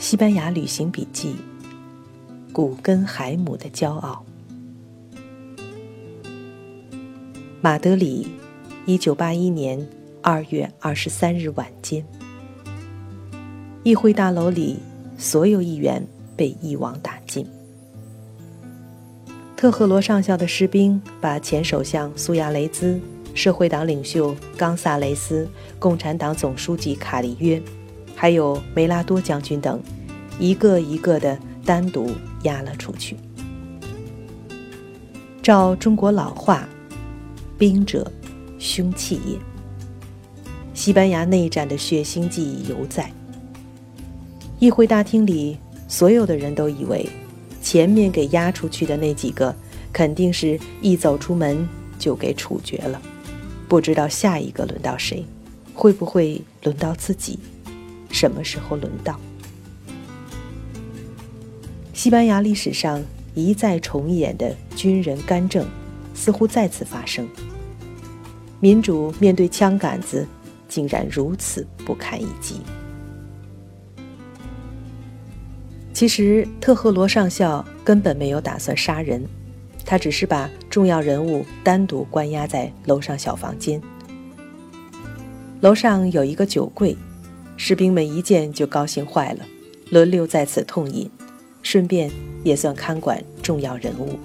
西班牙旅行笔记，古根海姆的骄傲。马德里，1981年2月23日晚间，议会大楼里所有议员被一网打尽。特赫罗上校的士兵把前首相苏亚雷兹、社会党领袖冈萨雷斯、共产党总书记卡利约，还有梅拉多将军等，一个一个的单独押了出去。照中国老话，兵者，凶器也。西班牙内战的血腥记忆犹在。议会大厅里，所有的人都以为前面给押出去的那几个肯定是一走出门就给处决了，不知道下一个轮到谁，会不会轮到自己，什么时候轮到。西班牙历史上一再重演的军人干政似乎再次发生，民主面对枪杆子竟然如此不堪一击。其实特赫罗上校根本没有打算杀人，他只是把重要人物单独关押在楼上小房间。楼上有一个酒柜，士兵们一见就高兴坏了，轮流在此痛饮，顺便也算看管重要人物。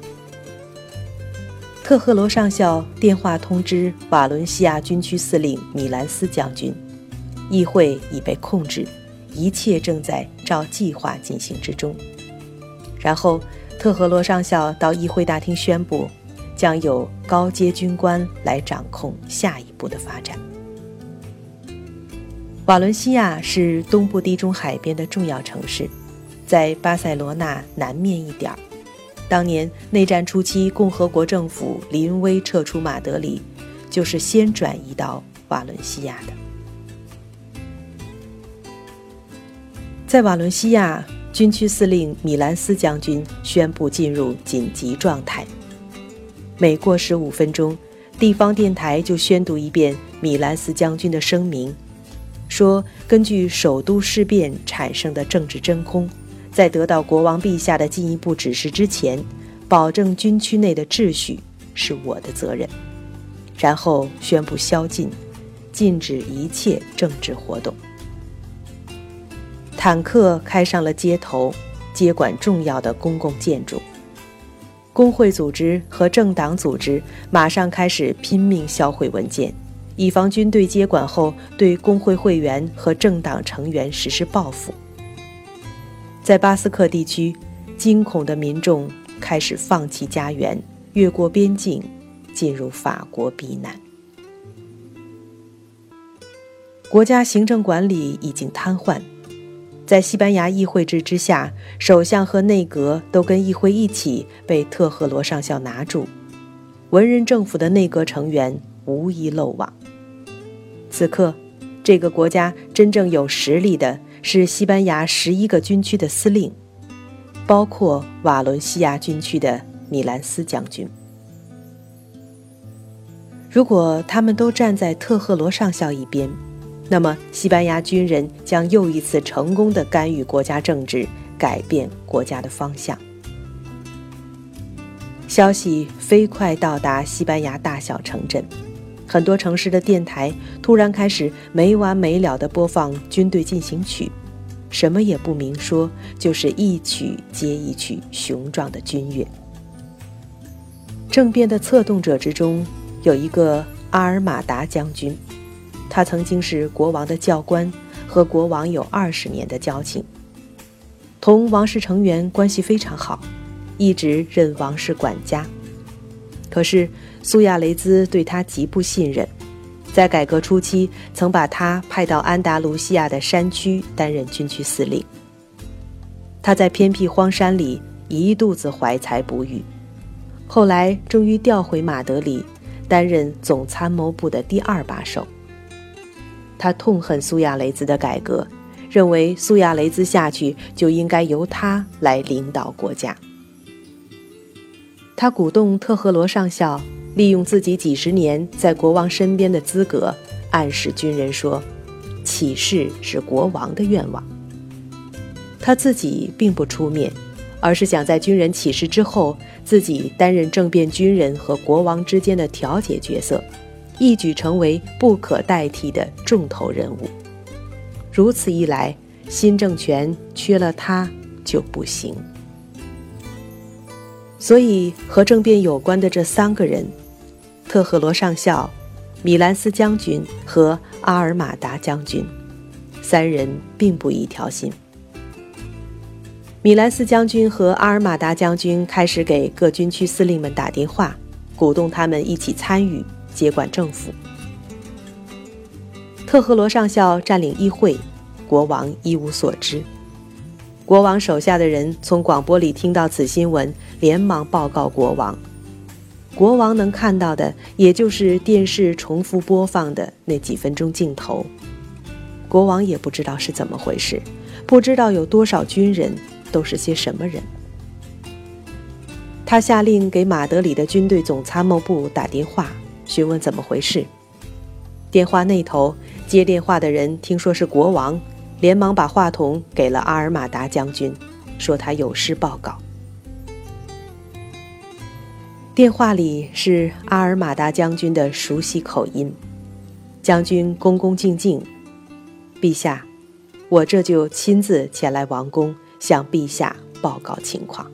特赫罗上校电话通知瓦伦西亚军区司令米兰斯将军，议会已被控制，一切正在照计划进行之中。然后特赫罗上校到议会大厅宣布，将有高阶军官来掌控下一步的发展。瓦伦西亚是东部地中海边的重要城市，在巴塞罗那南面一点。当年内战初期，共和国政府临危撤出马德里，就是先转移到瓦伦西亚的。在瓦伦西亚，军区司令米兰斯将军宣布进入紧急状态。每过15分钟，地方电台就宣读一遍米兰斯将军的声明，说根据首都事变产生的政治真空，在得到国王陛下的进一步指示之前，保证军区内的秩序是我的责任。然后宣布宵禁，禁止一切政治活动。坦克开上了街头，接管重要的公共建筑。工会组织和政党组织马上开始拼命销毁文件，以防军队接管后对工会会员和政党成员实施报复。在巴斯克地区，惊恐的民众开始放弃家园，越过边境，进入法国避难。国家行政管理已经瘫痪，在西班牙议会制之下，首相和内阁都跟议会一起被特赫罗上校拿住，文人政府的内阁成员无一漏网。此刻，这个国家真正有实力的是西班牙11个军区的司令，包括瓦伦西亚军区的米兰斯将军。如果他们都站在特赫罗上校一边，那么西班牙军人将又一次成功地干预国家政治，改变国家的方向。消息飞快到达西班牙大小城镇，很多城市的电台突然开始没完没了地播放军队进行曲，什么也不明说，就是一曲接一曲雄壮的军乐。政变的策动者之中有一个阿尔马达将军，他曾经是国王的教官，和国王有20年的交情，同王室成员关系非常好，一直任王室管家。可是苏亚雷兹对他极不信任，在改革初期曾把他派到安达卢西亚的山区担任军区司令。他在偏僻荒山里一肚子怀才不遇，后来终于调回马德里，担任总参谋部的第2把手。他痛恨苏亚雷兹的改革，认为苏亚雷兹下去就应该由他来领导国家。他鼓动特赫罗上校利用自己几十年在国王身边的资格，暗示军人说，起事是国王的愿望。 他自己并不出面，而是想在军人起事之后，自己担任政变军人和国王之间的调解角色，一举成为不可代替的重头人物。如此一来，新政权缺了他就不行。所以和政变有关的这3个人，特赫罗上校、米兰斯将军和阿尔马达将军，3人并不一条心。米兰斯将军和阿尔马达将军开始给各军区司令们打电话，鼓动他们一起参与接管政府。特赫罗上校占领议会，国王一无所知。国王手下的人从广播里听到此新闻，连忙报告国王。国王能看到的也就是电视重复播放的那几分钟镜头。国王也不知道是怎么回事，不知道有多少军人，都是些什么人。他下令给马德里的军队总参谋部打电话，询问怎么回事。电话那头接电话的人听说是国王，连忙把话筒给了阿尔马达将军，说他有事报告。电话里是阿尔马达将军的熟悉口音，将军恭恭敬敬：陛下，我这就亲自前来王宫，向陛下报告情况。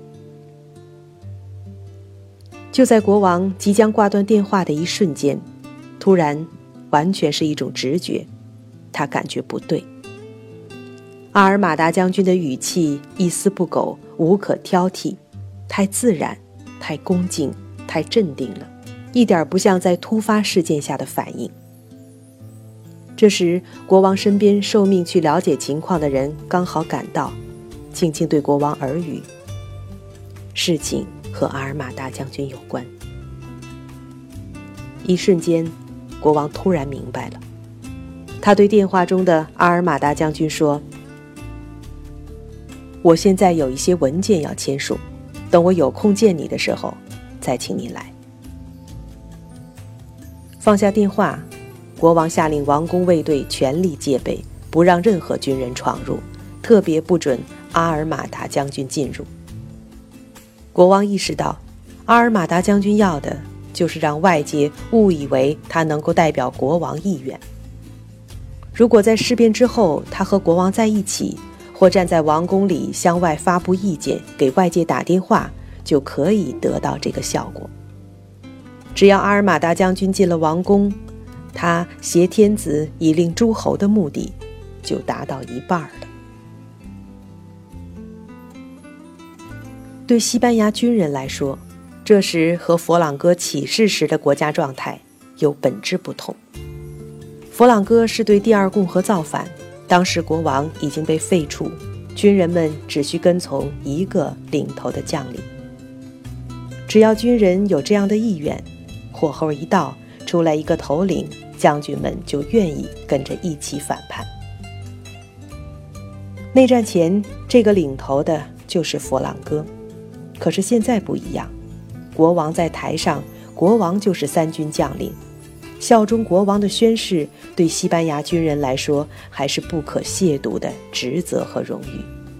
就在国王即将挂断电话的一瞬间，突然，完全是一种直觉，他感觉不对。阿尔马达将军的语气一丝不苟，无可挑剔，太自然，太恭敬，太镇定了，一点不像在突发事件下的反应。这时，国王身边受命去了解情况的人刚好赶到，轻轻对国王耳语：事情和阿尔马达将军有关。一瞬间，国王突然明白了，他对电话中的阿尔马达将军说：我现在有一些文件要签署，等我有空见你的时候，再请你来。放下电话，国王下令王宫卫队全力戒备，不让任何军人闯入，特别不准阿尔马达将军进入。国王意识到，阿尔马达将军要的就是让外界误以为他能够代表国王意愿。如果在事变之后他和国王在一起，或站在王宫里向外发布意见，给外界打电话，就可以得到这个效果。只要阿尔马达将军进了王宫，他挟天子以令诸侯的目的就达到一半了。对西班牙军人来说，这时和佛朗哥起事时的国家状态有本质不同。佛朗哥是对第二共和造反，当时国王已经被废除，军人们只需跟从一个领头的将领。只要军人有这样的意愿，火候一到，出来一个头领，将军们就愿意跟着一起反叛。内战前，这个领头的就是佛朗哥，可是现在不一样，国王在台上，国王就是3军将领，效忠国王的宣誓对西班牙军人来说还是不可亵渎的职责和荣誉。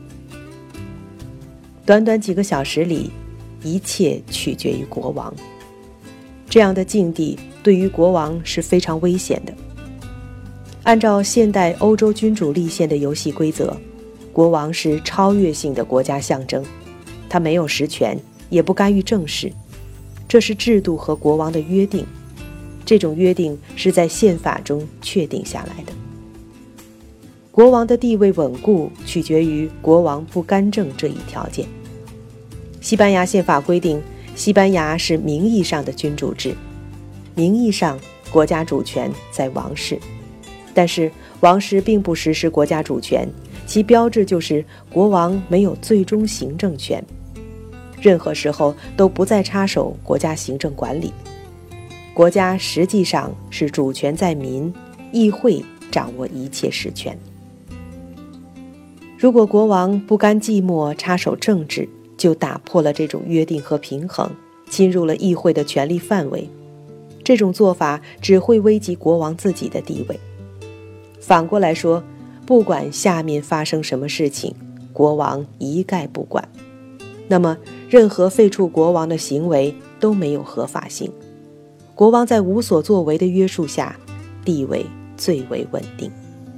短短几个小时里，一切取决于国王。这样的境地对于国王是非常危险的。按照现代欧洲君主立宪的游戏规则，国王是超越性的国家象征，他没有实权，也不干预政事，这是制度和国王的约定，这种约定是在宪法中确定下来的。国王的地位稳固取决于国王不干政这一条件。西班牙宪法规定，西班牙是名义上的君主制，名义上国家主权在王室，但是王室并不实施国家主权，其标志就是国王没有最终行政权，任何时候都不再插手国家行政管理。国家实际上是主权在民，议会掌握一切实权。如果国王不甘寂寞插手政治，就打破了这种约定和平衡，侵入了议会的权力范围。这种做法只会危及国王自己的地位。反过来说，不管下面发生什么事情， 国王一概不管。那么任何废黜国王的行为都没有合法性，国王在无所作为的约束下，地位最为稳定。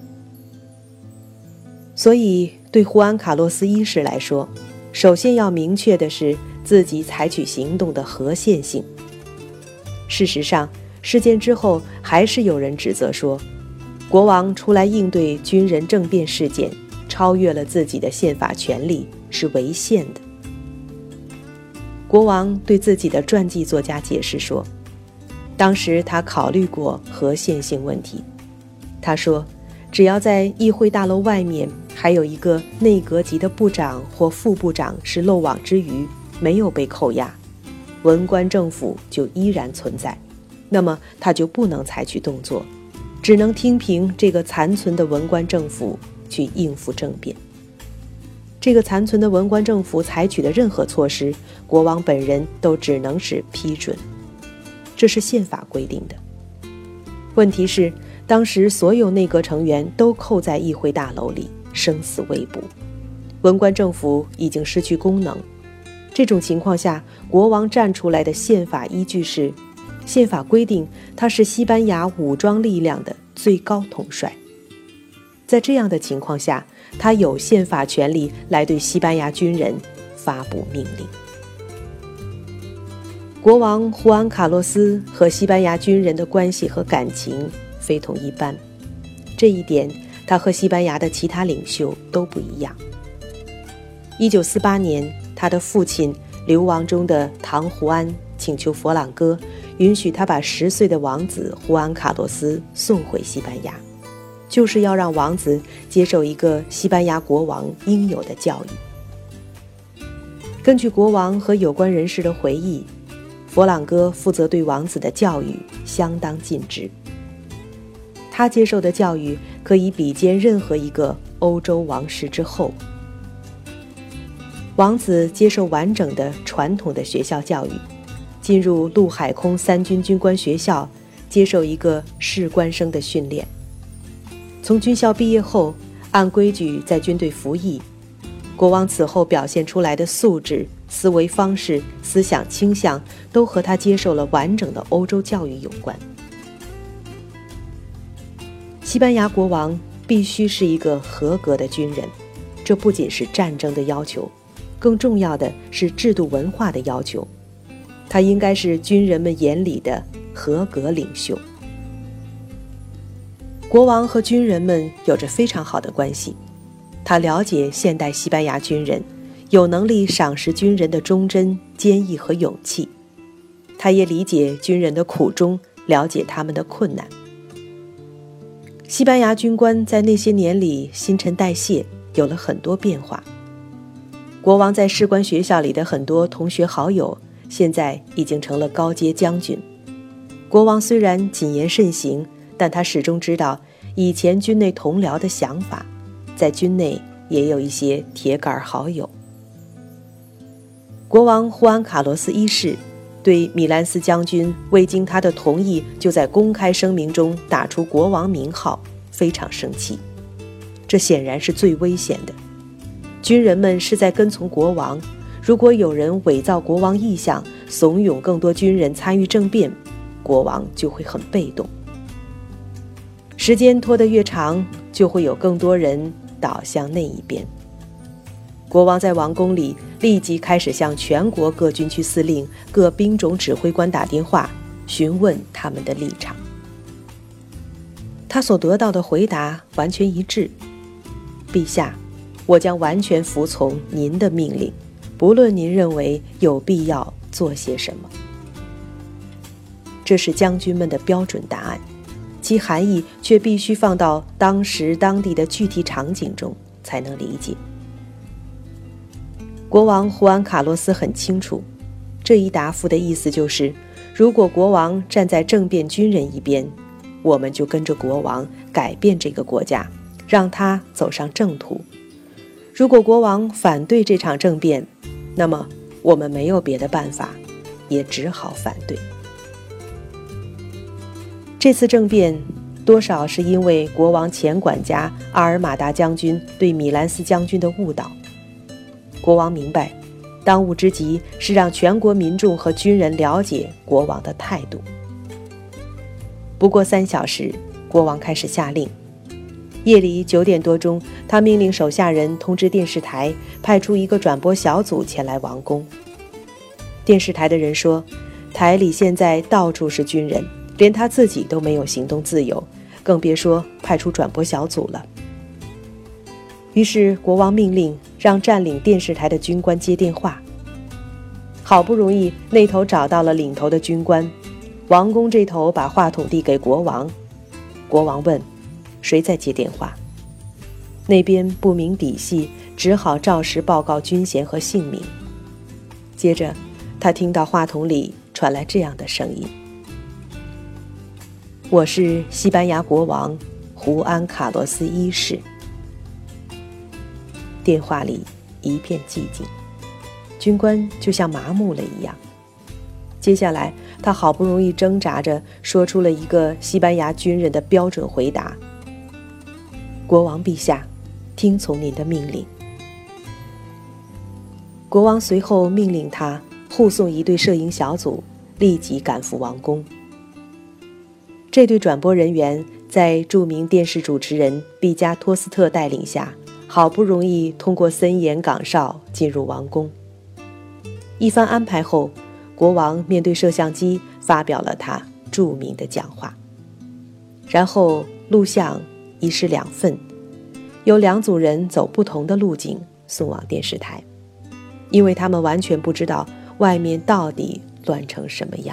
所以对胡安·卡洛斯一世来说，首先要明确的是自己采取行动的合宪性。事实上，事件之后还是有人指责说，国王出来应对军人政变事件，超越了自己的宪法权利，是违宪的。国王对自己的传记作家解释说，当时他考虑过合宪性问题。他说，只要在议会大楼外面还有一个内阁级的部长或副部长是漏网之鱼，没有被扣押，文官政府就依然存在，那么他就不能采取动作，只能听凭这个残存的文官政府去应付政变。这个残存的文官政府采取的任何措施，国王本人都只能是批准，这是宪法规定的。问题是，当时所有内阁成员都扣在议会大楼里，生死未卜，文官政府已经失去功能。这种情况下，国王站出来的宪法依据是，宪法规定他是西班牙武装力量的最高统帅。在这样的情况下，他有宪法权利来对西班牙军人发布命令。国王胡安·卡洛斯和西班牙军人的关系和感情非同一般，这一点他和西班牙的其他领袖都不一样。1948年，他的父亲流亡中的唐胡安请求佛朗哥允许他把10岁的王子胡安·卡洛斯送回西班牙，就是要让王子接受一个西班牙国王应有的教育。根据国王和有关人士的回忆，佛朗哥负责对王子的教育相当尽职，他接受的教育可以比肩任何一个欧洲王室之后。王子接受完整的传统的学校教育，进入陆海空3军军官学校，接受一个士官生的训练。从军校毕业后，按规矩在军队服役。国王此后表现出来的素质、思维方式、思想倾向，都和他接受了完整的欧洲教育有关。西班牙国王必须是一个合格的军人，这不仅是战争的要求，更重要的是制度文化的要求。他应该是军人们眼里的合格领袖。国王和军人们有着非常好的关系，他了解现代西班牙军人，有能力赏识军人的忠贞、坚毅和勇气。他也理解军人的苦衷，了解他们的困难。西班牙军官在那些年里新陈代谢，有了很多变化。国王在士官学校里的很多同学好友，现在已经成了高阶将军。国王虽然谨言慎行，但他始终知道以前军内同僚的想法，在军内也有一些铁杆好友。国王胡安·卡洛斯一世对米兰斯将军未经他的同意就在公开声明中打出国王名号，非常生气。这显然是最危险的。军人们是在跟从国王，如果有人伪造国王意向，怂恿更多军人参与政变，国王就会很被动。时间拖得越长，就会有更多人倒向那一边。国王在王宫里立即开始向全国各军区司令、各兵种指挥官打电话，询问他们的立场。他所得到的回答完全一致：陛下，我将完全服从您的命令，不论您认为有必要做些什么。这是将军们的标准答案，其含义却必须放到当时当地的具体场景中才能理解。国王胡安·卡洛斯很清楚，这一答复的意思就是，如果国王站在政变军人一边，我们就跟着国王改变这个国家，让他走上正途。如果国王反对这场政变，那么我们没有别的办法，也只好反对。这次政变多少是因为国王前管家阿尔马达将军对米兰斯将军的误导， 国王明白，当务之急是让全国民众和军人了解国王的态度。不过3小时，国王开始下令。夜里9点多钟，他命令手下人通知电视台，派出一个转播小组前来王宫。电视台的人说，台里现在到处是军人，连他自己都没有行动自由，更别说派出转播小组了。于是国王命令让占领电视台的军官接电话。好不容易那头找到了领头的军官，王宫这头把话筒递给国王。国王问，谁在接电话？那边不明底细，只好照实报告军衔和姓名。接着他听到话筒里传来这样的声音：我是西班牙国王胡安·卡洛斯一世。电话里一片寂静，军官就像麻木了一样。接下来他好不容易挣扎着说出了一个西班牙军人的标准回答：国王陛下，听从您的命令。国王随后命令他护送一队摄影小组立即赶赴王宫。这队转播人员在著名电视主持人毕加托斯特带领下，好不容易通过森严岗哨进入王宫。一番安排后，国王面对摄像机发表了他著名的讲话。然后录像一式2份，由2组人走不同的路径送往电视台，因为他们完全不知道外面到底乱成什么样。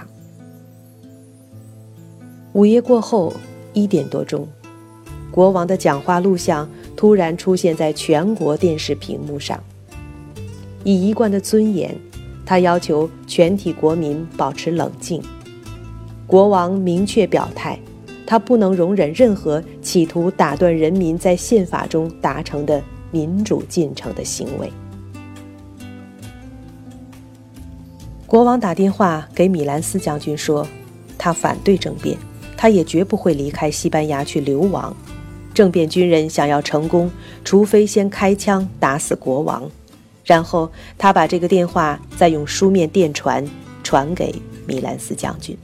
午夜过后1点多钟，国王的讲话录像突然出现在全国电视屏幕上。以一贯的尊严，他要求全体国民保持冷静。国王明确表态，他不能容忍任何企图打断人民在宪法中达成的民主进程的行为。国王打电话给米兰斯将军说，他反对政变，他也绝不会离开西班牙去流亡。政变军人想要成功，除非先开枪打死国王。然后他把这个电话再用书面电传给米兰斯将军。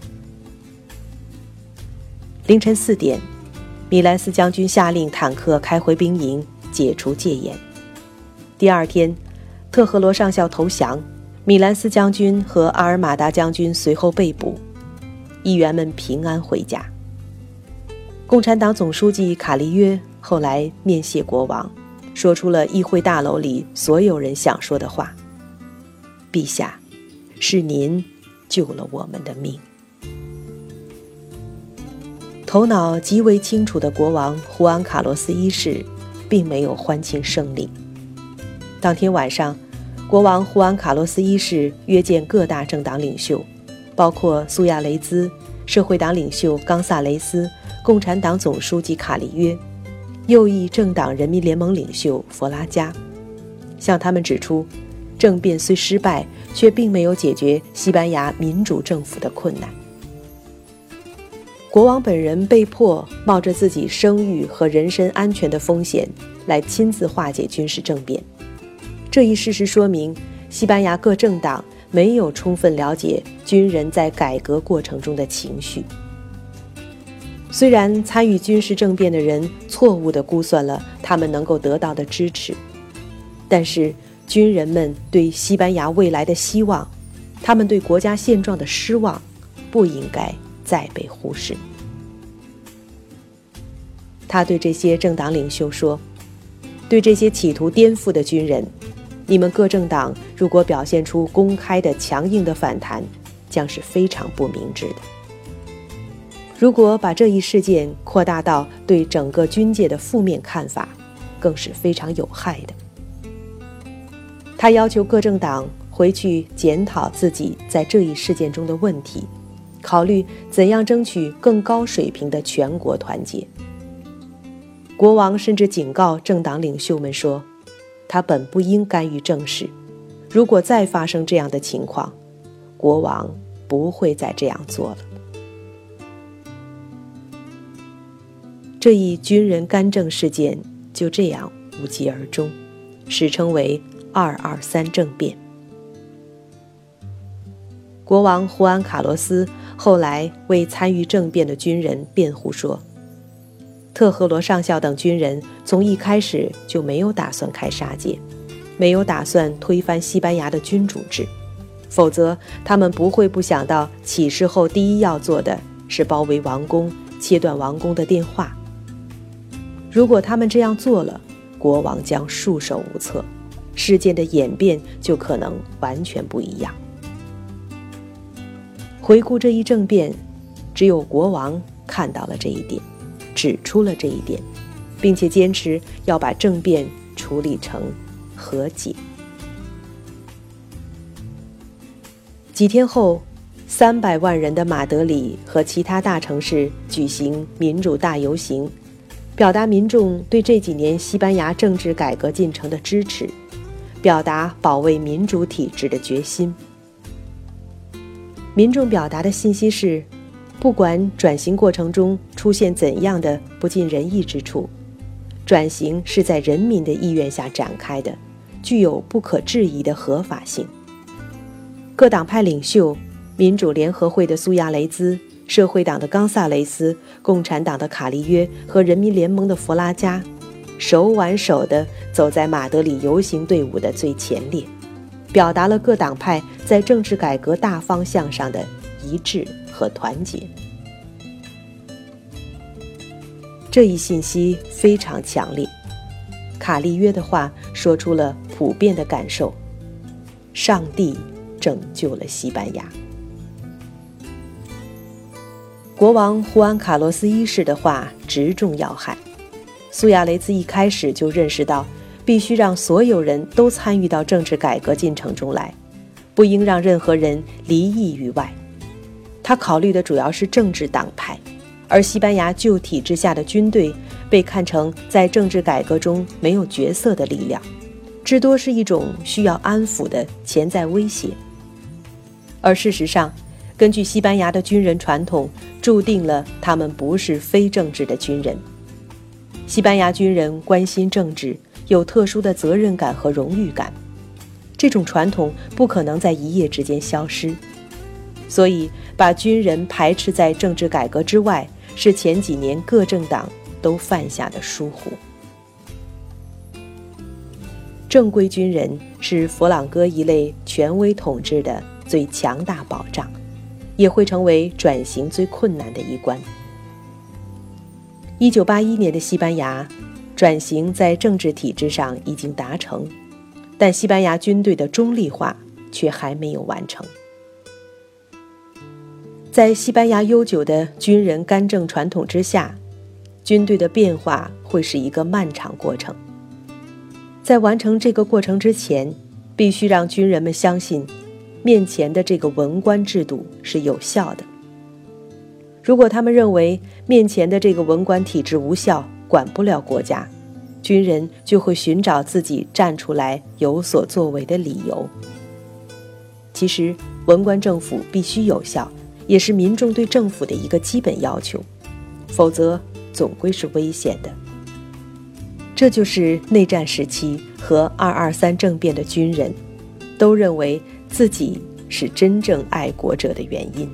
凌晨4点，米兰斯将军下令坦克开回兵营，解除戒严。第2天，特赫罗上校投降，米兰斯将军和阿尔马达将军随后被捕，议员们平安回家。共产党总书记卡利约后来面谢国王，说出了议会大楼里所有人想说的话：陛下，是您救了我们的命。头脑极为清楚的国王胡安·卡洛斯一世并没有欢庆胜利。当天晚上，国王胡安·卡洛斯一世约见各大政党领袖，包括苏亚雷兹、社会党领袖冈萨雷斯、共产党总书记卡里约、右翼政党人民联盟领袖佛拉加，向他们指出，政变虽失败，却并没有解决西班牙民主政府的困难。国王本人被迫冒着自己声誉和人身安全的风险来亲自化解军事政变。这一事实说明，西班牙各政党没有充分了解军人在改革过程中的情绪。虽然参与军事政变的人错误地估算了他们能够得到的支持，但是军人们对西班牙未来的希望，他们对国家现状的失望，不应该再被忽视。他对这些政党领袖说，对这些企图颠覆的军人，你们各政党如果表现出公开的强硬的反弹，将是非常不明智的。如果把这一事件扩大到对整个军界的负面看法，更是非常有害的。他要求各政党回去检讨自己在这一事件中的问题，考虑怎样争取更高水平的全国团结。国王甚至警告政党领袖们说，他本不应干预政事，如果再发生这样的情况，国王不会再这样做了。这一军人干政事件就这样无疾而终，史称为 223政变。国王胡安·卡洛斯后来为参与政变的军人辩护说，特赫罗上校等军人从一开始就没有打算开杀戒，没有打算推翻西班牙的君主制，否则他们不会不想到起事后第一要做的是包围王宫，切断王宫的电话。如果他们这样做了，国王将束手无策，事件的演变就可能完全不一样。回顾这一政变，只有国王看到了这一点，指出了这一点，并且坚持要把政变处理成和解。几天后，300万人的马德里和其他大城市举行民主大游行，表达民众对这几年西班牙政治改革进程的支持，表达保卫民主体制的决心。民众表达的信息是，不管转型过程中出现怎样的不尽人意之处，转型是在人民的意愿下展开的，具有不可质疑的合法性。各党派领袖，民主联合会的苏亚雷兹、社会党的冈萨雷斯、共产党的卡利约和人民联盟的弗拉加，手挽手地走在马德里游行队伍的最前列，表达了各党派在政治改革大方向上的一致和团结。这一信息非常强烈，卡利约的话说出了普遍的感受：上帝拯救了西班牙。国王胡安·卡洛斯一世的话直中要害。苏亚雷兹一开始就认识到，必须让所有人都参与到政治改革进程中来，不应让任何人离异于外。他考虑的主要是政治党派，而西班牙旧体制下的军队被看成在政治改革中没有角色的力量，至多是一种需要安抚的潜在威胁。而事实上，根据西班牙的军人传统，注定了他们不是非政治的军人。西班牙军人关心政治，有特殊的责任感和荣誉感，这种传统不可能在一夜之间消失。所以把军人排斥在政治改革之外，是前几年各政党都犯下的疏忽。正规军人是佛朗哥一类权威统治的最强大保障，也会成为转型最困难的一关。1981年的西班牙，转型在政治体制上已经达成，但西班牙军队的中立化却还没有完成。在西班牙悠久的军人干政传统之下，军队的变化会是一个漫长过程。在完成这个过程之前，必须让军人们相信，面前的这个文官制度是有效的。如果他们认为面前的这个文官体制无效，管不了国家，军人就会寻找自己站出来有所作为的理由。其实，文官政府必须有效，也是民众对政府的一个基本要求，否则总归是危险的。这就是内战时期和223政变的军人都认为自己是真正爱国者的原因。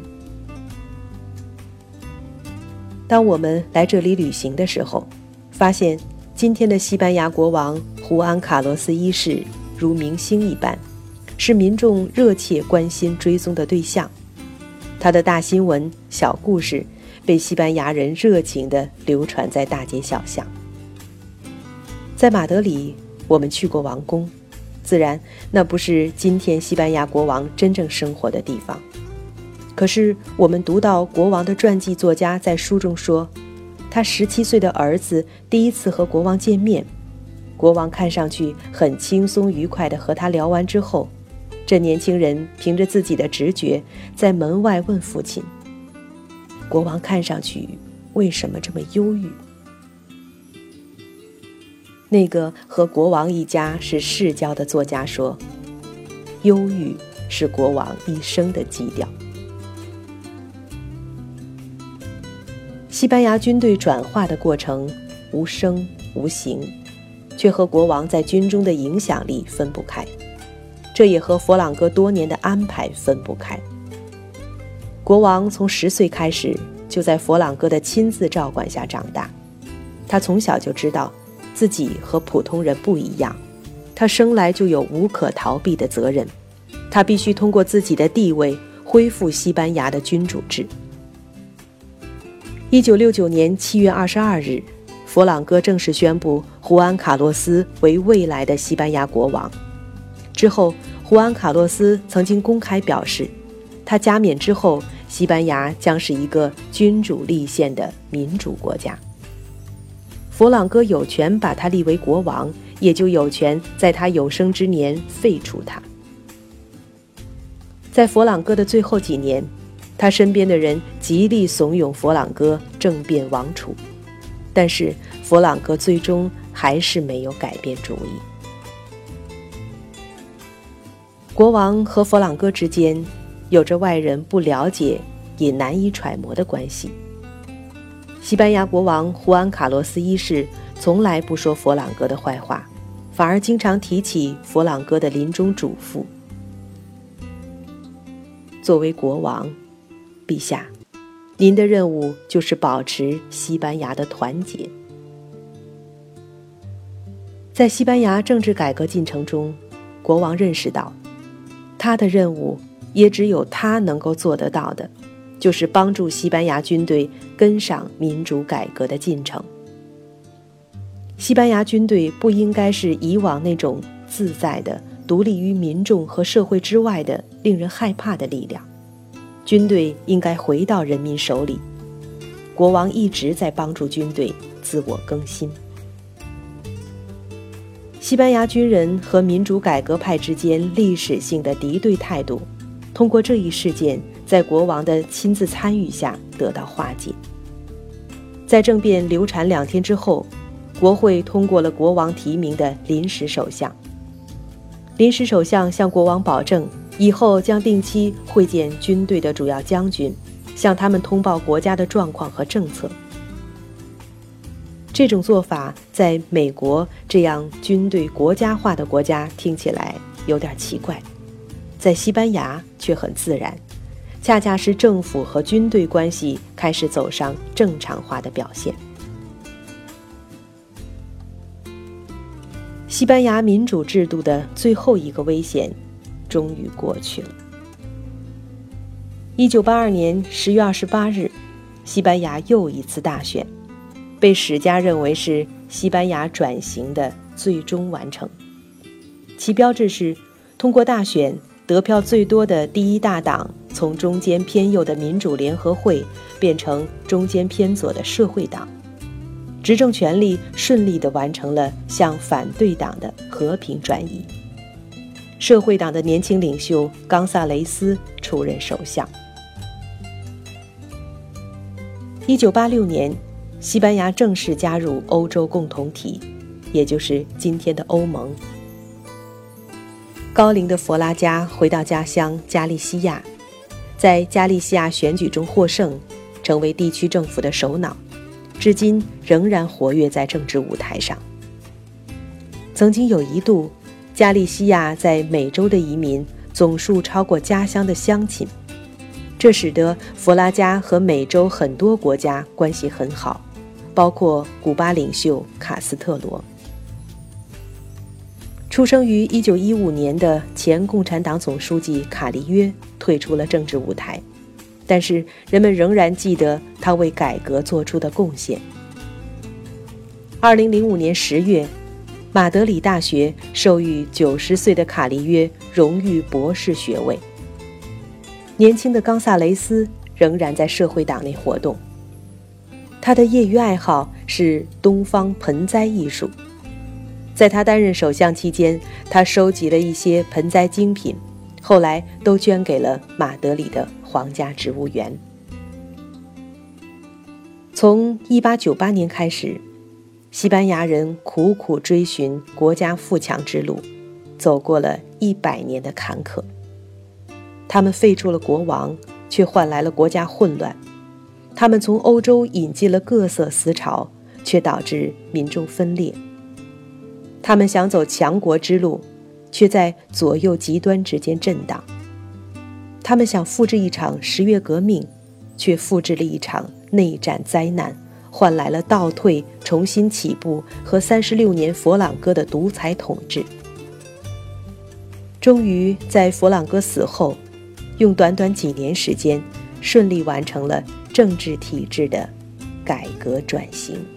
当我们来这里旅行的时候，发现今天的西班牙国王胡安·卡洛斯一世如明星一般，是民众热切关心追踪的对象。他的大新闻、小故事被西班牙人热情地流传在大街小巷。在马德里，我们去过王宫，自然那不是今天西班牙国王真正生活的地方。可是我们读到国王的传记作家在书中说，他17岁的儿子第一次和国王见面，国王看上去很轻松愉快地和他聊完之后，这年轻人凭着自己的直觉在门外问父亲，国王看上去为什么这么忧郁？那个和国王一家是世交的作家说，忧郁是国王一生的基调。西班牙军队转化的过程无声无形， 却和国王在军中的影响力分不开，这也和佛朗哥多年的安排分不开。国王从10岁开始就在佛朗哥的亲自照管下长大，他从小就知道自己和普通人不一样，他生来就有无可逃避的责任，他必须通过自己的地位恢复西班牙的君主制。1969年7月22日，佛朗哥正式宣布胡安·卡洛斯为未来的西班牙国王。之后，胡安·卡洛斯曾经公开表示，他加冕之后，西班牙将是一个君主立宪的民主国家。佛朗哥有权把他立为国王，也就有权在他有生之年废除他。在佛朗哥的最后几年，他身边的人极力怂恿佛朗哥政变王储，但是佛朗哥最终还是没有改变主意。国王和佛朗哥之间有着外人不了解也难以揣摩的关系。西班牙国王胡安·卡洛斯一世从来不说佛朗哥的坏话，反而经常提起佛朗哥的临终嘱咐。作为国王，陛下，您的任务就是保持西班牙的团结。在西班牙政治改革进程中，国王认识到，他的任务也只有他能够做得到的，就是帮助西班牙军队跟上民主改革的进程。西班牙军队不应该是以往那种自在的、独立于民众和社会之外的令人害怕的力量。军队应该回到人民手里。国王一直在帮助军队自我更新。西班牙军人和民主改革派之间历史性的敌对态度，通过这一事件在国王的亲自参与下得到化解。在政变流产2天之后，国会通过了国王提名的临时首相。临时首相向国王保证，以后将定期会见军队的主要将军，向他们通报国家的状况和政策。这种做法在美国这样军队国家化的国家听起来有点奇怪，在西班牙却很自然，恰恰是政府和军队关系开始走上正常化的表现。西班牙民主制度的最后一个危险终于过去了。1982年10月28日，西班牙又一次大选，被史家认为是西班牙转型的最终完成。其标志是通过大选，得票最多的第一大党从中间偏右的民主联合会变成中间偏左的社会党，执政权力顺利地完成了向反对党的和平转移。社会党的年轻领袖冈萨雷斯出任首相。1986年，西班牙正式加入欧洲共同体，也就是今天的欧盟。高龄的佛拉加回到家乡加利西亚，在加利西亚选举中获胜，成为地区政府的首脑，至今仍然活跃在政治舞台上。曾经有一度，加利西亚在美洲的移民总数超过家乡的乡亲，这使得佛拉加和美洲很多国家关系很好，包括古巴领袖卡斯特罗。出生于1915年的前共产党总书记卡利约退出了政治舞台，但是人们仍然记得他为改革做出的贡献。2005年10月，马德里大学授予90岁的卡利约荣誉博士学位。年轻的冈萨雷斯仍然在社会党内活动，他的业余爱好是东方盆栽艺术。在他担任首相期间，他收集了一些盆栽精品，后来都捐给了马德里的皇家植物园。从1898年开始，西班牙人苦苦追寻国家富强之路，走过了100年的坎坷。他们废除了国王，却换来了国家混乱；他们从欧洲引进了各色思潮，却导致民众分裂。 他们想走强国之路，却在左右极端之间震荡。他们想复制一场10月革命，却复制了一场内战灾难，换来了倒退、重新起步和36年佛朗哥的独裁统治。终于在佛朗哥死后，用短短几年时间，顺利完成了政治体制的改革转型。